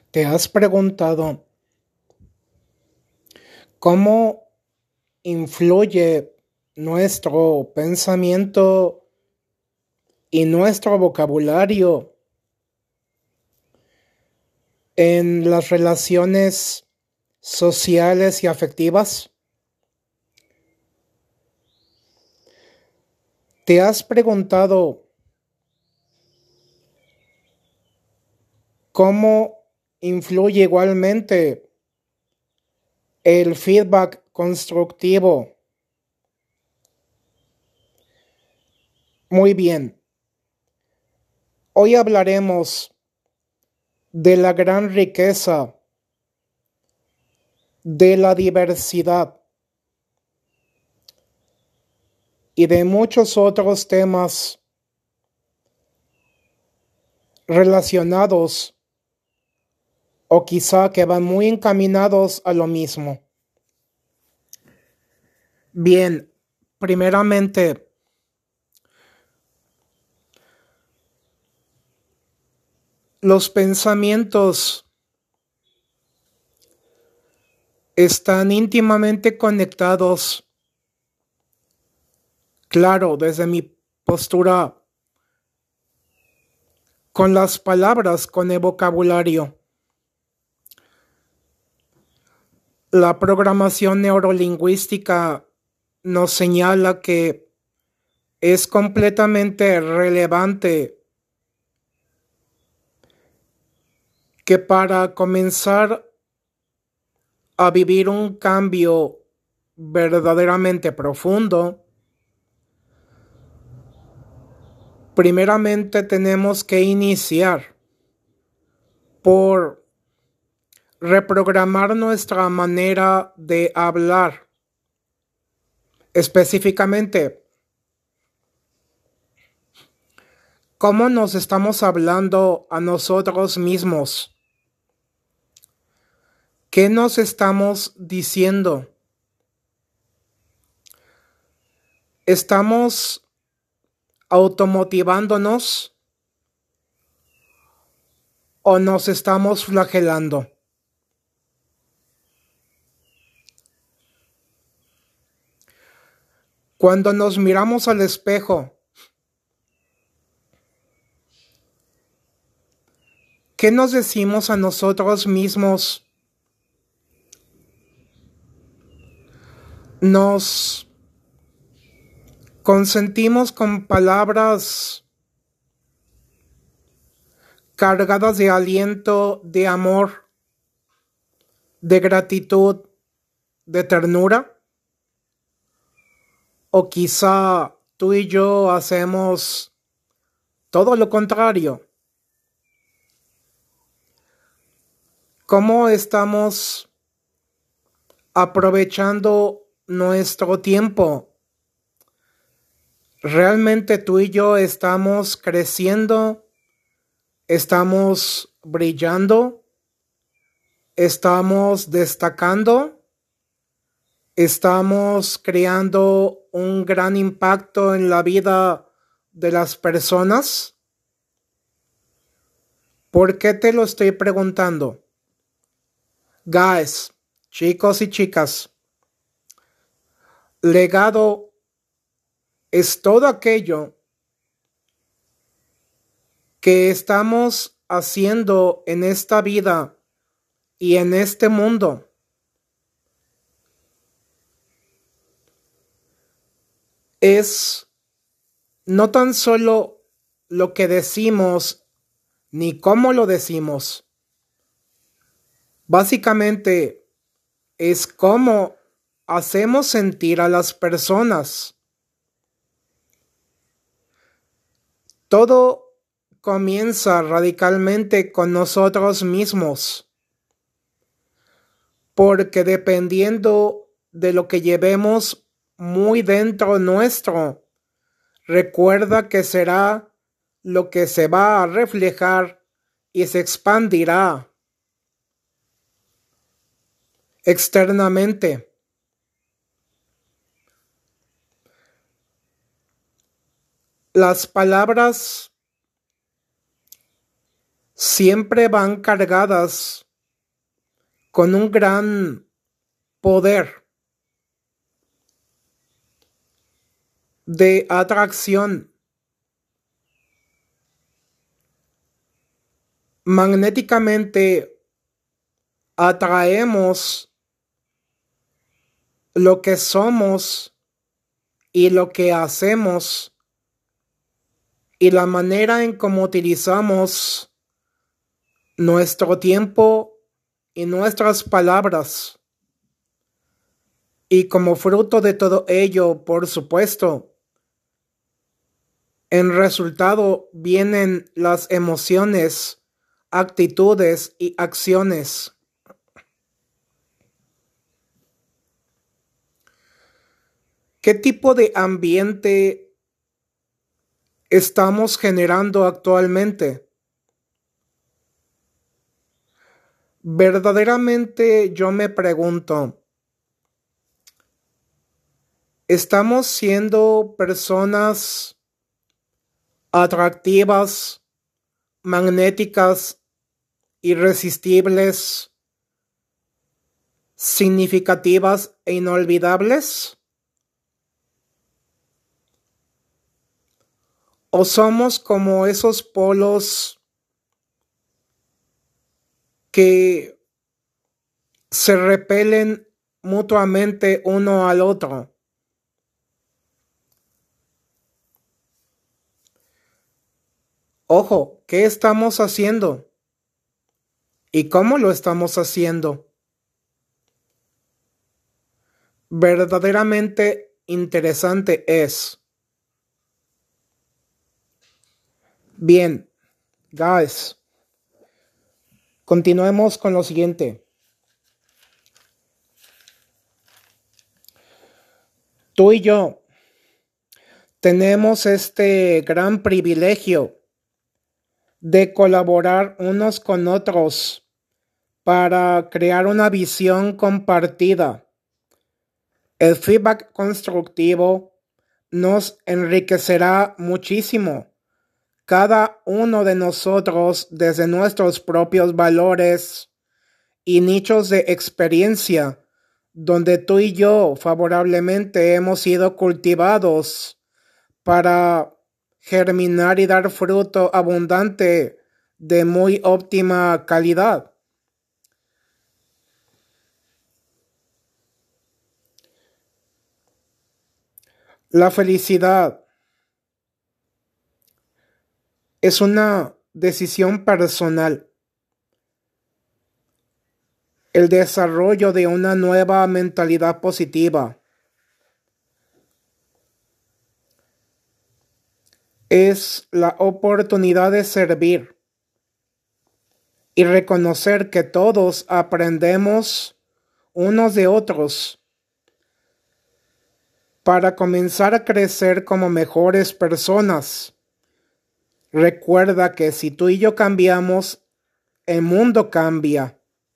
¿Te has preguntado cómo influye nuestro pensamiento y nuestro vocabulario en las relaciones sociales y afectivas? ¿Te has preguntado cómo influye igualmente el feedback constructivo? Muy bien, hoy hablaremos de la gran riqueza de la diversidad y de muchos otros temas relacionados o quizá que van muy encaminados a lo mismo. Bien, primeramente, los pensamientos están íntimamente conectados, claro, desde mi postura, con las palabras, con el vocabulario. La programación neurolingüística nos señala que es completamente relevante que para comenzar a vivir un cambio verdaderamente profundo, primeramente tenemos que iniciar por reprogramar nuestra manera de hablar. Específicamente, cómo nos estamos hablando a nosotros mismos. ¿Qué nos estamos diciendo? ¿Estamos automotivándonos o nos estamos flagelando? Cuando nos miramos al espejo, ¿qué nos decimos a nosotros mismos? Nos consentimos con palabras cargadas de aliento, de amor, de gratitud, de ternura. O quizá tú y yo hacemos todo lo contrario. ¿Cómo estamos aprovechando nuestro tiempo? ¿Realmente tú y yo estamos creciendo? ¿Estamos brillando? ¿Estamos destacando? ¿Estamos creando un gran impacto en la vida de las personas? ¿Por qué te lo estoy preguntando? Guys, chicos y chicas, legado es todo aquello que estamos haciendo en esta vida y en este mundo. Es no tan solo lo que decimos ni cómo lo decimos. Básicamente es cómo hacemos sentir a las personas. Todo comienza radicalmente con nosotros mismos, porque dependiendo de lo que llevemos muy dentro nuestro, recuerda que será lo que se va a reflejar y se expandirá externamente. Las palabras siempre van cargadas con un gran poder de atracción. Magnéticamente atraemos lo que somos y lo que hacemos y la manera en cómo utilizamos nuestro tiempo y nuestras palabras. Y como fruto de todo ello, por supuesto, en resultado vienen las emociones, actitudes y acciones. ¿Qué tipo de ambiente estamos generando actualmente? Verdaderamente yo me pregunto, ¿estamos siendo personas atractivas, magnéticas, irresistibles, significativas e inolvidables? ¿O somos como esos polos que se repelen mutuamente uno al otro? Ojo, ¿qué estamos haciendo? ¿Y cómo lo estamos haciendo? Verdaderamente interesante es. Bien, guys, continuemos con lo siguiente. Tú y yo tenemos este gran privilegio de colaborar unos con otros para crear una visión compartida. El feedback constructivo nos enriquecerá muchísimo. Cada uno de nosotros, desde nuestros propios valores y nichos de experiencia, donde tú y yo favorablemente hemos sido cultivados para germinar y dar fruto abundante de muy óptima calidad. La felicidad es una decisión personal. El desarrollo de una nueva mentalidad positiva es la oportunidad de servir y reconocer que todos aprendemos unos de otros para comenzar a crecer como mejores personas. Recuerda que si tú y yo cambiamos, el mundo cambia.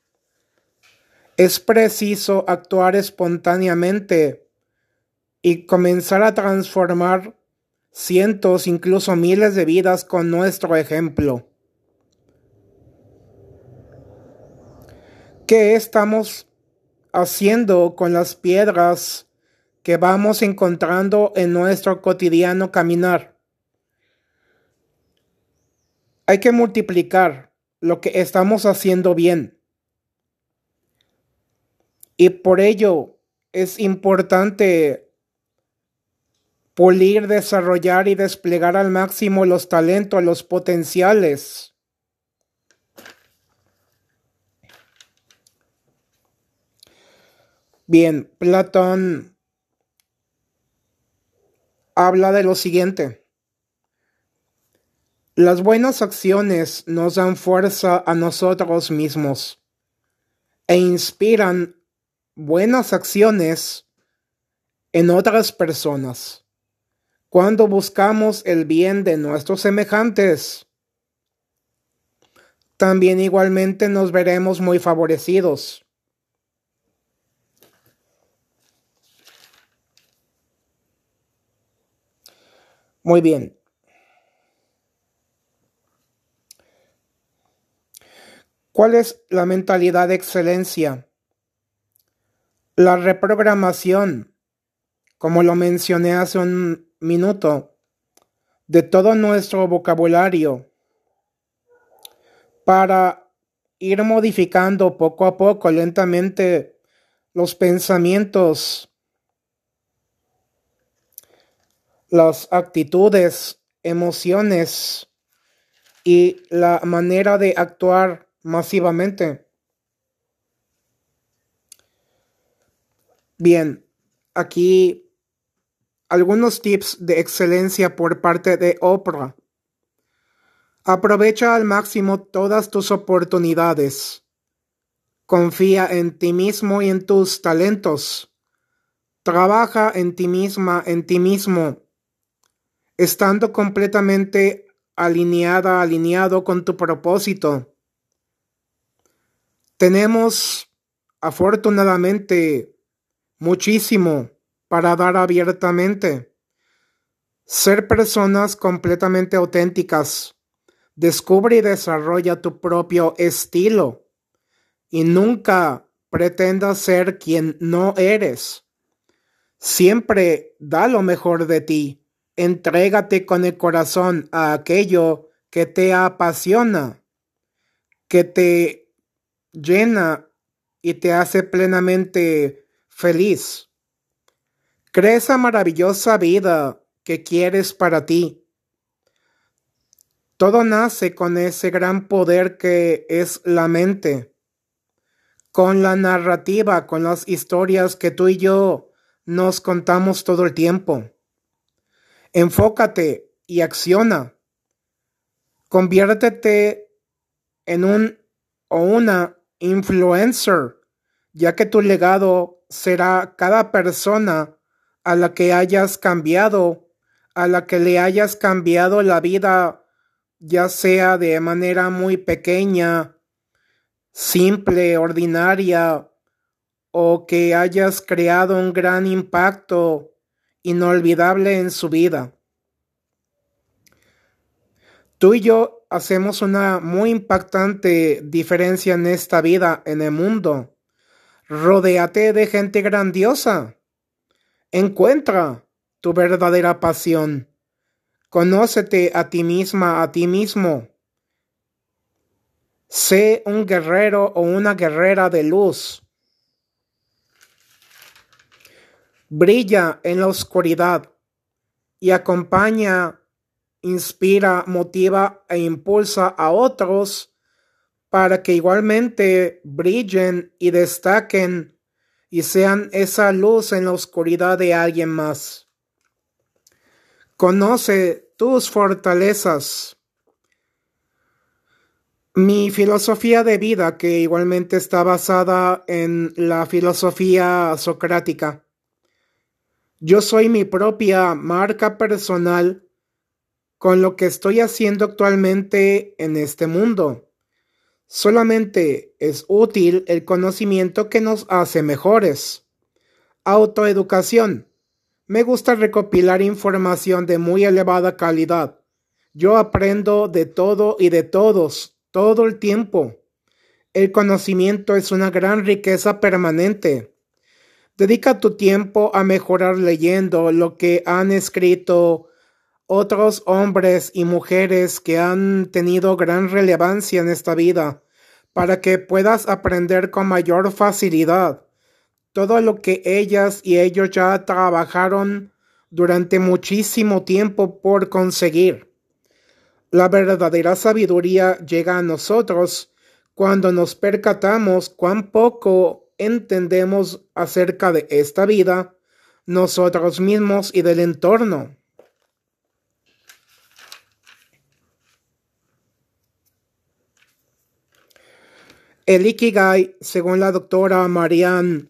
Es preciso actuar espontáneamente y comenzar a transformar cientos, incluso miles de vidas con nuestro ejemplo. ¿Qué estamos haciendo con las piedras que vamos encontrando en nuestro cotidiano caminar? Hay que multiplicar lo que estamos haciendo bien. Y por ello es importante pulir, desarrollar y desplegar al máximo los talentos, los potenciales. Bien, Platón habla de lo siguiente. Las buenas acciones nos dan fuerza a nosotros mismos e inspiran buenas acciones en otras personas. Cuando buscamos el bien de nuestros semejantes, también igualmente nos veremos muy favorecidos. Muy bien. ¿Cuál es la mentalidad de excelencia? La reprogramación, como lo mencioné hace un minuto, de todo nuestro vocabulario para ir modificando poco a poco, lentamente, los pensamientos, las actitudes, emociones y la manera de actuar masivamente. Bien, aquí algunos tips de excelencia por parte de Oprah. Aprovecha al máximo todas tus oportunidades. Confía en ti mismo y en tus talentos. Trabaja en ti misma, en ti mismo, estando completamente alineado con tu propósito. Tenemos, afortunadamente, muchísimo para dar abiertamente. Ser personas completamente auténticas. Descubre y desarrolla tu propio estilo y nunca pretendas ser quien no eres. Siempre da lo mejor de ti. Entrégate con el corazón a aquello que te apasiona, que te llena y te hace plenamente feliz. Crea esa maravillosa vida que quieres para ti. Todo nace con ese gran poder que es la mente, con la narrativa, con las historias que tú y yo nos contamos todo el tiempo. Enfócate y acciona. Conviértete en un o una influencer, ya que tu legado será cada persona a la que hayas cambiado, a la que le hayas cambiado la vida, ya sea de manera muy pequeña, simple, ordinaria, o que hayas creado un gran impacto inolvidable en su vida. Tú y yo hacemos una muy impactante diferencia en esta vida, en el mundo. Rodéate de gente grandiosa. Encuentra tu verdadera pasión. Conócete a ti misma, a ti mismo. Sé un guerrero o una guerrera de luz. Brilla en la oscuridad y acompaña, inspira, motiva e impulsa a otros para que igualmente brillen y destaquen y sean esa luz en la oscuridad de alguien más. Conoce tus fortalezas. Mi filosofía de vida, que igualmente está basada en la filosofía socrática. Yo soy mi propia marca personal con lo que estoy haciendo actualmente en este mundo. Solamente es útil el conocimiento que nos hace mejores. Autoeducación. Me gusta recopilar información de muy elevada calidad. Yo aprendo de todo y de todos, todo el tiempo. El conocimiento es una gran riqueza permanente. Dedica tu tiempo a mejorar leyendo lo que han escrito otros hombres y mujeres que han tenido gran relevancia en esta vida, para que puedas aprender con mayor facilidad todo lo que ellas y ellos ya trabajaron durante muchísimo tiempo por conseguir. La verdadera sabiduría llega a nosotros cuando nos percatamos cuán poco entendemos acerca de esta vida, nosotros mismos y del entorno. El Ikigai, según la doctora Marianne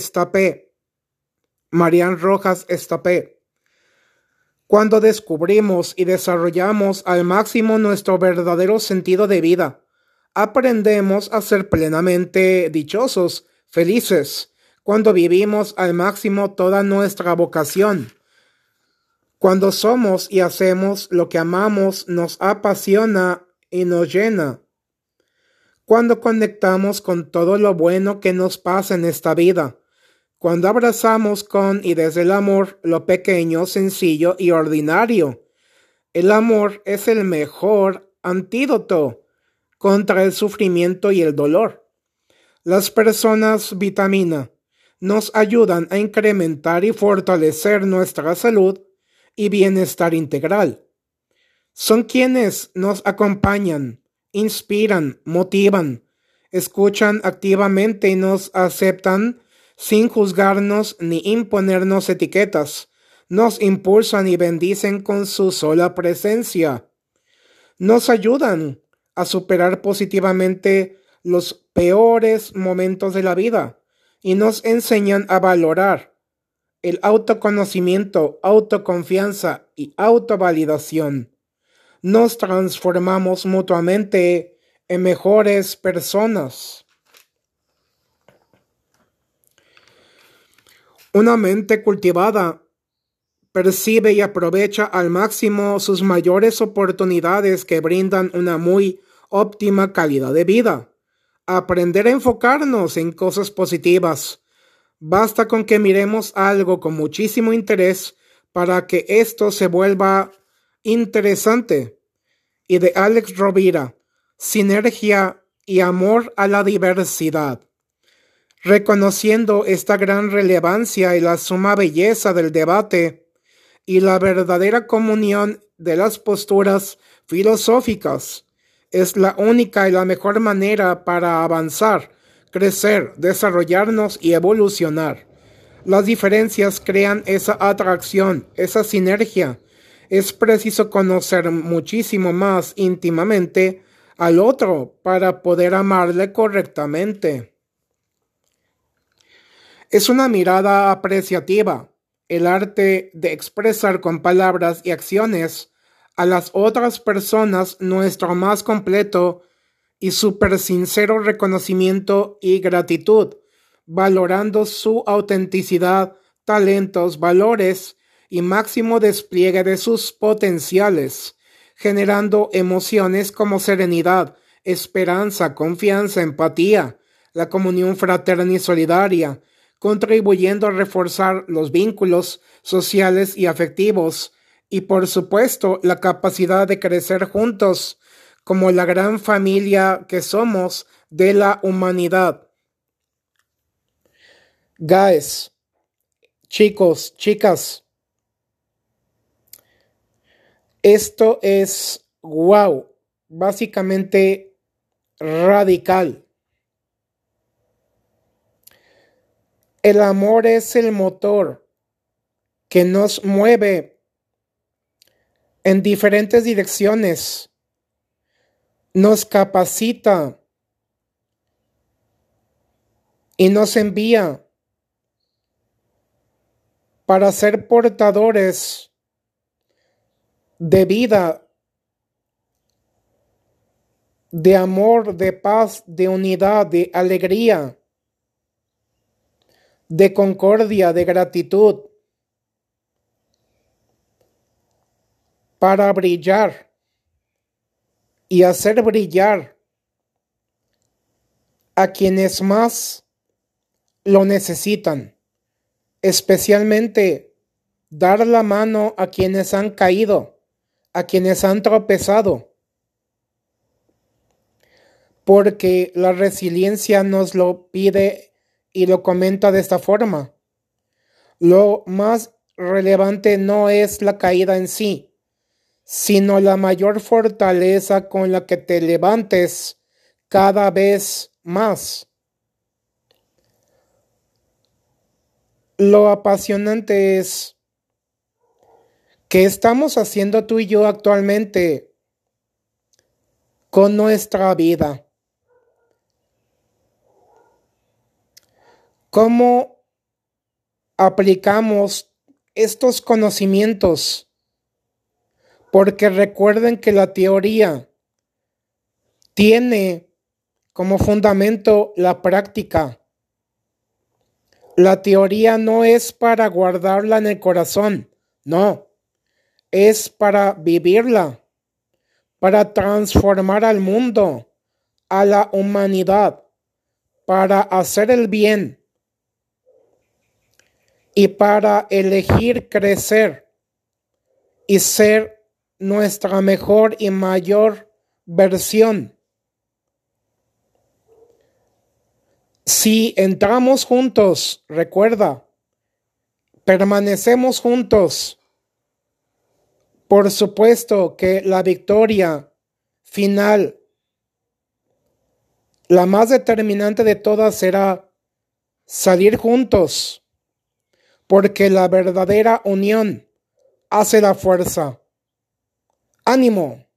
Rojas Estapé, cuando descubrimos y desarrollamos al máximo nuestro verdadero sentido de vida, aprendemos a ser plenamente dichosos, felices, cuando vivimos al máximo toda nuestra vocación. Cuando somos y hacemos lo que amamos, nos apasiona y nos llena. cuando conectamos con todo lo bueno que nos pasa en esta vida, cuando abrazamos con y desde el amor lo pequeño, sencillo y ordinario. El amor es el mejor antídoto contra el sufrimiento y el dolor. Las personas vitamina nos ayudan a incrementar y fortalecer nuestra salud y bienestar integral. Son quienes nos acompañan, inspiran, motivan, escuchan activamente y nos aceptan sin juzgarnos ni imponernos etiquetas. Nos impulsan y bendicen con su sola presencia. Nos ayudan a superar positivamente los peores momentos de la vida y nos enseñan a valorar el autoconocimiento, autoconfianza y autovalidación. Nos transformamos mutuamente en mejores personas. Una mente cultivada percibe y aprovecha al máximo sus mayores oportunidades que brindan una muy óptima calidad de vida. Aprender a enfocarnos en cosas positivas. Basta con que miremos algo con muchísimo interés para que esto se vuelva interesante. Y de Alex Rovira, sinergia y amor a la diversidad. Reconociendo esta gran relevancia y la suma belleza del debate y la verdadera comunión de las posturas filosóficas, es la única y la mejor manera para avanzar, crecer, desarrollarnos y evolucionar. Las diferencias crean esa atracción, esa sinergia. Es preciso conocer muchísimo más íntimamente al otro para poder amarle correctamente. Es una mirada apreciativa, el arte de expresar con palabras y acciones a las otras personas nuestro más completo y súper sincero reconocimiento y gratitud, valorando su autenticidad, talentos, valores y máximo despliegue de sus potenciales, generando emociones como serenidad, esperanza, confianza, empatía, la comunión fraterna y solidaria, contribuyendo a reforzar los vínculos sociales y afectivos, y por supuesto la capacidad de crecer juntos como la gran familia que somos de la humanidad. Guys, chicos, chicas, esto es wow, básicamente radical. El amor es el motor que nos mueve en diferentes direcciones, nos capacita y nos envía para ser portadores de vida, de amor, de paz, de unidad, de alegría, de concordia, de gratitud, para brillar y hacer brillar a quienes más lo necesitan, especialmente dar la mano a quienes han caído, a quienes han tropezado, porque la resiliencia nos lo pide y lo comenta de esta forma. Lo más relevante no es la caída en sí, sino la mayor fortaleza con la que te levantes cada vez más. Lo apasionante es que estamos haciendo tú y yo actualmente con nuestra vida. ¿Cómo aplicamos estos conocimientos? Porque recuerden que la teoría tiene como fundamento la práctica. La teoría no es para guardarla en el corazón, no, es para vivirla, para transformar al mundo a la humanidad para hacer el bien y para elegir crecer y ser nuestra mejor y mayor versión. Si entramos juntos, recuerda, permanecemos juntos, por supuesto que la victoria final, la más determinante de todas, será salir juntos, porque la verdadera unión hace la fuerza. ¡Ánimo!